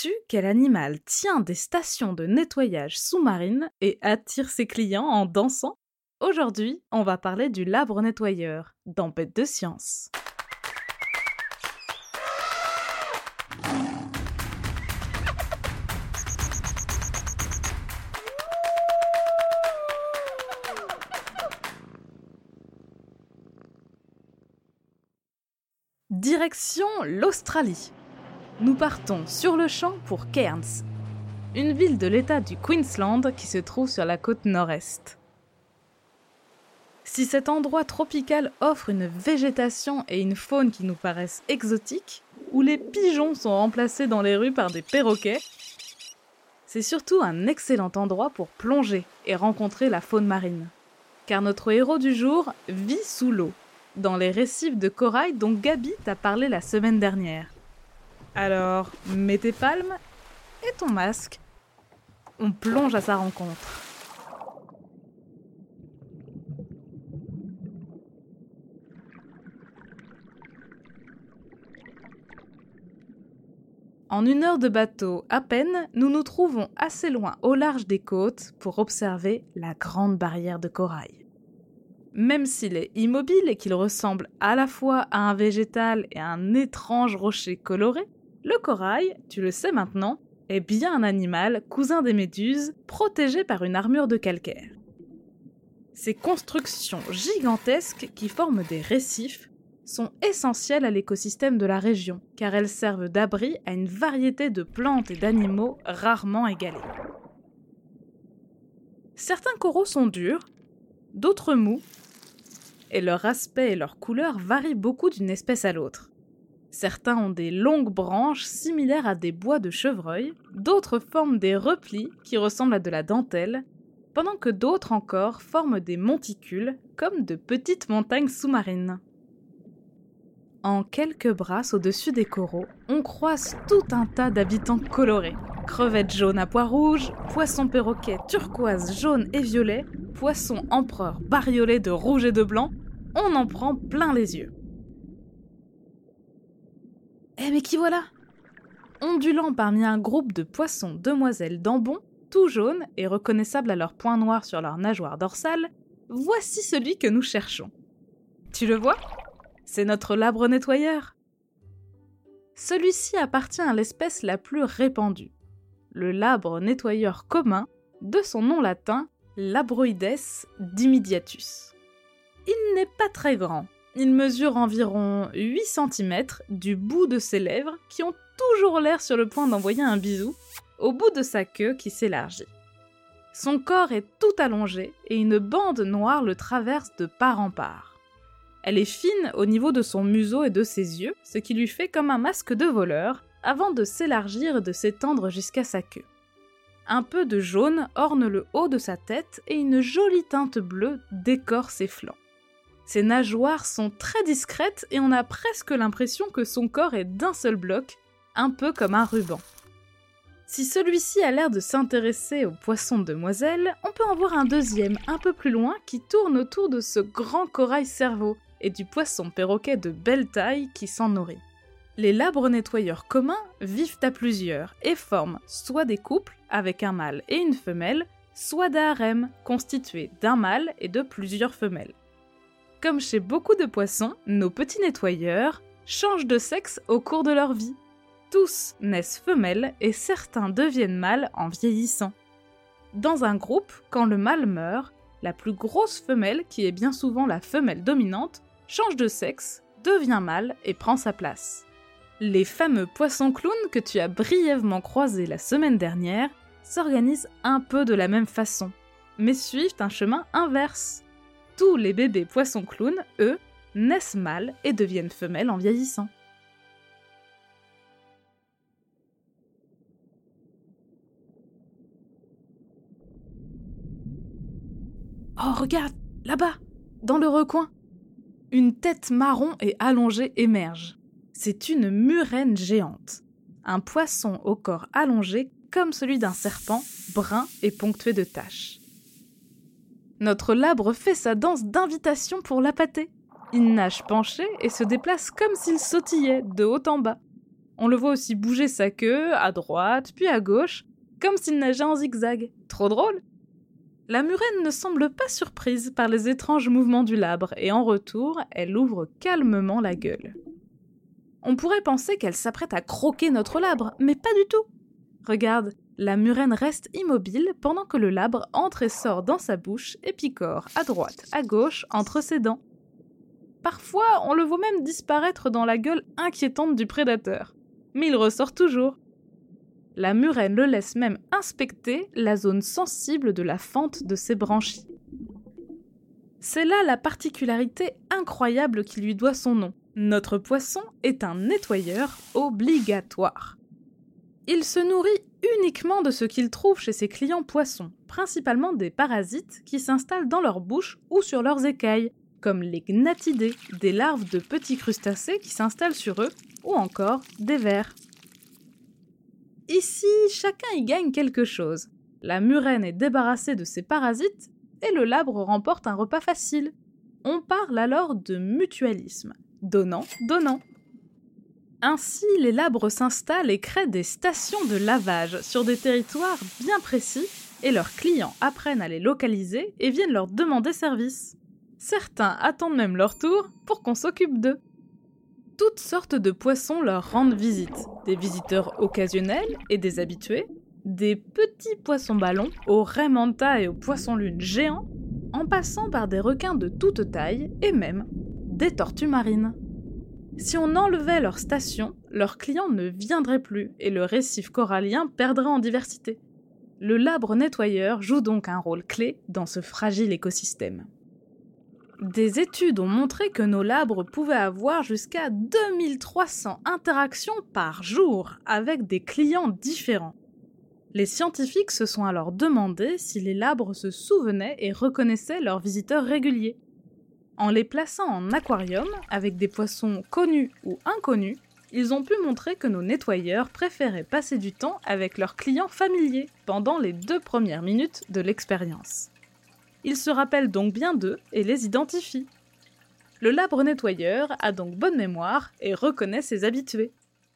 Sais-tu quel animal tient des stations de nettoyage sous-marines et attire ses clients en dansant? Aujourd'hui, on va parler du labre nettoyeur, dans Bête de Science. Direction l'Australie. Nous partons sur le champ pour Cairns, une ville de l'État du Queensland qui se trouve sur la côte nord-est. Si cet endroit tropical offre une végétation et une faune qui nous paraissent exotiques, où les pigeons sont remplacés dans les rues par des perroquets, c'est surtout un excellent endroit pour plonger et rencontrer la faune marine. Car notre héros du jour vit sous l'eau, dans les récifs de corail dont Gabi t'a parlé la semaine dernière. Alors, mets tes palmes et ton masque. On plonge à sa rencontre. En 1 heure de bateau à peine, nous nous trouvons assez loin au large des côtes pour observer la grande barrière de corail. Même s'il est immobile et qu'il ressemble à la fois à un végétal et à un étrange rocher coloré, le corail, tu le sais maintenant, est bien un animal, cousin des méduses, protégé par une armure de calcaire. Ces constructions gigantesques qui forment des récifs sont essentielles à l'écosystème de la région, car elles servent d'abri à une variété de plantes et d'animaux rarement égalés. Certains coraux sont durs, d'autres mous, et leur aspect et leur couleur varient beaucoup d'une espèce à l'autre. Certains ont des longues branches similaires à des bois de chevreuil, d'autres forment des replis qui ressemblent à de la dentelle, pendant que d'autres encore forment des monticules comme de petites montagnes sous-marines. En quelques brasses au-dessus des coraux, on croise tout un tas d'habitants colorés. Crevettes jaunes à pois rouges, poissons perroquets turquoise, jaune et violet, poissons empereurs bariolés de rouge et de blanc, on en prend plein les yeux. Eh mais qui voilà? Ondulant parmi un groupe de poissons demoiselles d'ambon, tout jaunes et reconnaissables à leurs points noirs sur leur nageoire dorsale, voici celui que nous cherchons. Tu le vois? C'est notre labre nettoyeur. Celui-ci appartient à l'espèce la plus répandue, le labre nettoyeur commun, de son nom latin Labroides dimidiatus. Il n'est pas très grand. Il mesure environ 8 cm du bout de ses lèvres qui ont toujours l'air sur le point d'envoyer un bisou, au bout de sa queue qui s'élargit. Son corps est tout allongé et une bande noire le traverse de part en part. Elle est fine au niveau de son museau et de ses yeux, ce qui lui fait comme un masque de voleur, avant de s'élargir et de s'étendre jusqu'à sa queue. Un peu de jaune orne le haut de sa tête et une jolie teinte bleue décore ses flancs. Ses nageoires sont très discrètes et on a presque l'impression que son corps est d'un seul bloc, un peu comme un ruban. Si celui-ci a l'air de s'intéresser aux poissons demoiselles, on peut en voir un deuxième, un peu plus loin, qui tourne autour de ce grand corail cerveau et du poisson perroquet de belle taille qui s'en nourrit. Les labres nettoyeurs communs vivent à plusieurs et forment soit des couples avec un mâle et une femelle, soit des harems constitués d'un mâle et de plusieurs femelles. Comme chez beaucoup de poissons, nos petits nettoyeurs changent de sexe au cours de leur vie. Tous naissent femelles et certains deviennent mâles en vieillissant. Dans un groupe, quand le mâle meurt, la plus grosse femelle, qui est bien souvent la femelle dominante, change de sexe, devient mâle et prend sa place. Les fameux poissons clowns que tu as brièvement croisés la semaine dernière s'organisent un peu de la même façon, mais suivent un chemin inverse. Tous les bébés poissons clowns, eux, naissent mâles et deviennent femelles en vieillissant. Oh, regarde, là-bas, dans le recoin. Une tête marron et allongée émerge. C'est une murène géante. Un poisson au corps allongé comme celui d'un serpent, brun et ponctué de taches. Notre labre fait sa danse d'invitation pour l'appâter. Il nage penché et se déplace comme s'il sautillait de haut en bas. On le voit aussi bouger sa queue, à droite, puis à gauche, comme s'il nageait en zigzag. Trop drôle! La murène ne semble pas surprise par les étranges mouvements du labre, et en retour, elle ouvre calmement la gueule. On pourrait penser qu'elle s'apprête à croquer notre labre, mais pas du tout. Regarde, la murène reste immobile pendant que le labre entre et sort dans sa bouche et picore à droite, à gauche, entre ses dents. Parfois, on le voit même disparaître dans la gueule inquiétante du prédateur. Mais il ressort toujours. La murène le laisse même inspecter la zone sensible de la fente de ses branchies. C'est là la particularité incroyable qui lui doit son nom. Notre poisson est un nettoyeur obligatoire. Il se nourrit uniquement de ce qu'il trouve chez ses clients poissons, principalement des parasites qui s'installent dans leur bouche ou sur leurs écailles, comme les gnatidés, des larves de petits crustacés qui s'installent sur eux, ou encore des vers. Ici, chacun y gagne quelque chose. La murène est débarrassée de ses parasites et le labre remporte un repas facile. On parle alors de mutualisme, donnant-donnant. Ainsi, les labres s'installent et créent des stations de lavage sur des territoires bien précis et leurs clients apprennent à les localiser et viennent leur demander service. Certains attendent même leur tour pour qu'on s'occupe d'eux. Toutes sortes de poissons leur rendent visite, des visiteurs occasionnels et des habitués, des petits poissons-ballons aux raies manta et aux poissons-lune géants, en passant par des requins de toute taille et même des tortues marines. Si on enlevait leur station, leurs clients ne viendraient plus et le récif corallien perdrait en diversité. Le labre nettoyeur joue donc un rôle clé dans ce fragile écosystème. Des études ont montré que nos labres pouvaient avoir jusqu'à 2300 interactions par jour avec des clients différents. Les scientifiques se sont alors demandé si les labres se souvenaient et reconnaissaient leurs visiteurs réguliers. En les plaçant en aquarium, avec des poissons connus ou inconnus, ils ont pu montrer que nos nettoyeurs préféraient passer du temps avec leurs clients familiers pendant les 2 premières minutes de l'expérience. Ils se rappellent donc bien d'eux et les identifient. Le labre nettoyeur a donc bonne mémoire et reconnaît ses habitués.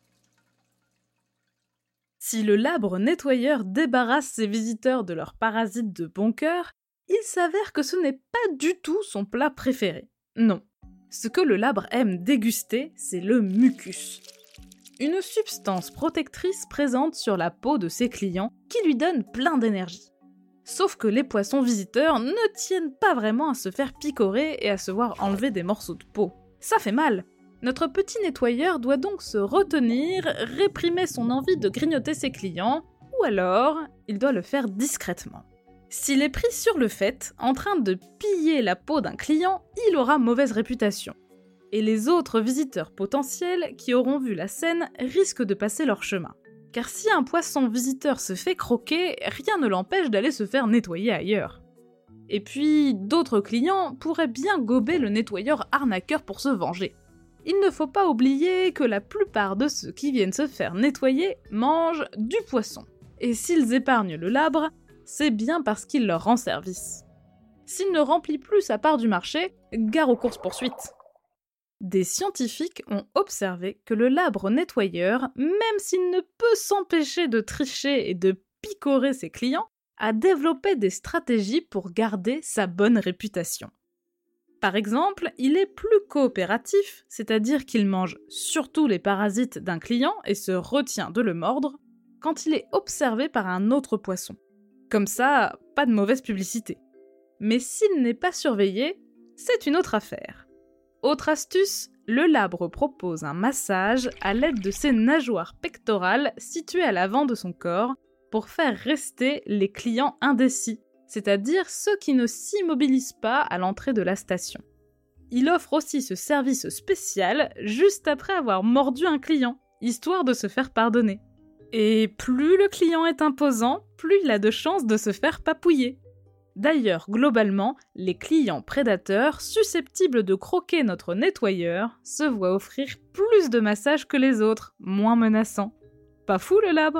Si le labre nettoyeur débarrasse ses visiteurs de leurs parasites de bon cœur, il s'avère que ce n'est pas du tout son plat préféré. Non. Ce que le labre aime déguster, c'est le mucus. Une substance protectrice présente sur la peau de ses clients qui lui donne plein d'énergie. Sauf que les poissons visiteurs ne tiennent pas vraiment à se faire picorer et à se voir enlever des morceaux de peau. Ça fait mal. Notre petit nettoyeur doit donc se retenir, réprimer son envie de grignoter ses clients, ou alors il doit le faire discrètement. S'il est pris sur le fait, en train de piller la peau d'un client, il aura mauvaise réputation. Et les autres visiteurs potentiels qui auront vu la scène risquent de passer leur chemin. Car si un poisson visiteur se fait croquer, rien ne l'empêche d'aller se faire nettoyer ailleurs. Et puis, d'autres clients pourraient bien gober le nettoyeur arnaqueur pour se venger. Il ne faut pas oublier que la plupart de ceux qui viennent se faire nettoyer mangent du poisson. Et s'ils épargnent le labre, c'est bien parce qu'il leur rend service. S'il ne remplit plus sa part du marché, gare aux courses-poursuites. Des scientifiques ont observé que le labre nettoyeur, même s'il ne peut s'empêcher de tricher et de picorer ses clients, a développé des stratégies pour garder sa bonne réputation. Par exemple, il est plus coopératif, c'est-à-dire qu'il mange surtout les parasites d'un client et se retient de le mordre, quand il est observé par un autre poisson. Comme ça, pas de mauvaise publicité. Mais s'il n'est pas surveillé, c'est une autre affaire. Autre astuce, le labre propose un massage à l'aide de ses nageoires pectorales situées à l'avant de son corps pour faire rester les clients indécis, c'est-à-dire ceux qui ne s'immobilisent pas à l'entrée de la station. Il offre aussi ce service spécial juste après avoir mordu un client, histoire de se faire pardonner. Et plus le client est imposant, plus il a de chances de se faire papouiller. D'ailleurs, globalement, les clients prédateurs susceptibles de croquer notre nettoyeur se voient offrir plus de massages que les autres, moins menaçants. Pas fou le labre ?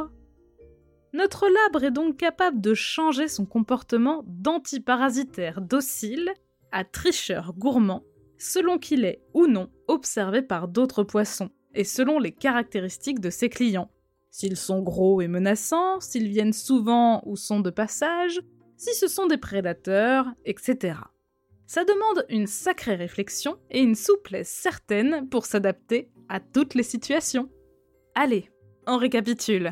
Notre labre est donc capable de changer son comportement d'antiparasitaire docile à tricheur gourmand, selon qu'il est ou non observé par d'autres poissons, et selon les caractéristiques de ses clients. S'ils sont gros et menaçants, s'ils viennent souvent ou sont de passage, si ce sont des prédateurs, etc. Ça demande une sacrée réflexion et une souplesse certaine pour s'adapter à toutes les situations. Allez, on récapitule.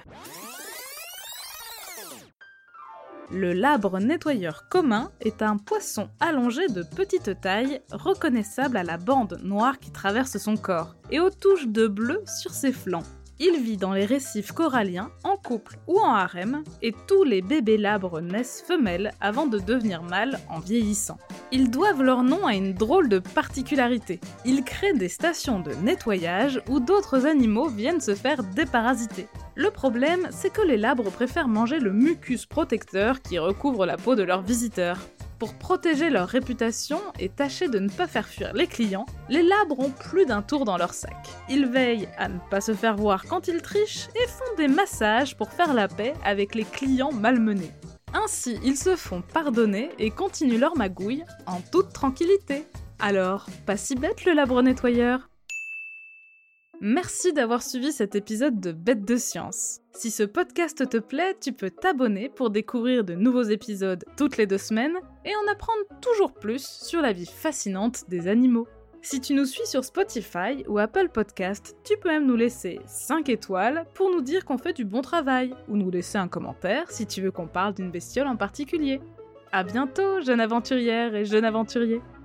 Le labre nettoyeur commun est un poisson allongé de petite taille, reconnaissable à la bande noire qui traverse son corps, et aux touches de bleu sur ses flancs. Il vit dans les récifs coralliens, en couple ou en harem, et tous les bébés labres naissent femelles avant de devenir mâles en vieillissant. Ils doivent leur nom à une drôle de particularité. Ils créent des stations de nettoyage où d'autres animaux viennent se faire déparasiter. Le problème, c'est que les labres préfèrent manger le mucus protecteur qui recouvre la peau de leurs visiteurs. Pour protéger leur réputation et tâcher de ne pas faire fuir les clients, les labres ont plus d'un tour dans leur sac. Ils veillent à ne pas se faire voir quand ils trichent et font des massages pour faire la paix avec les clients malmenés. Ainsi, ils se font pardonner et continuent leur magouille en toute tranquillité. Alors, pas si bête le labre nettoyeur? Merci d'avoir suivi cet épisode de Bête de Science. Si ce podcast te plaît, tu peux t'abonner pour découvrir de nouveaux épisodes toutes les 2 semaines et en apprendre toujours plus sur la vie fascinante des animaux. Si tu nous suis sur Spotify ou Apple Podcast, tu peux même nous laisser 5 étoiles pour nous dire qu'on fait du bon travail, ou nous laisser un commentaire si tu veux qu'on parle d'une bestiole en particulier. À bientôt, jeune aventurière et jeune aventurier!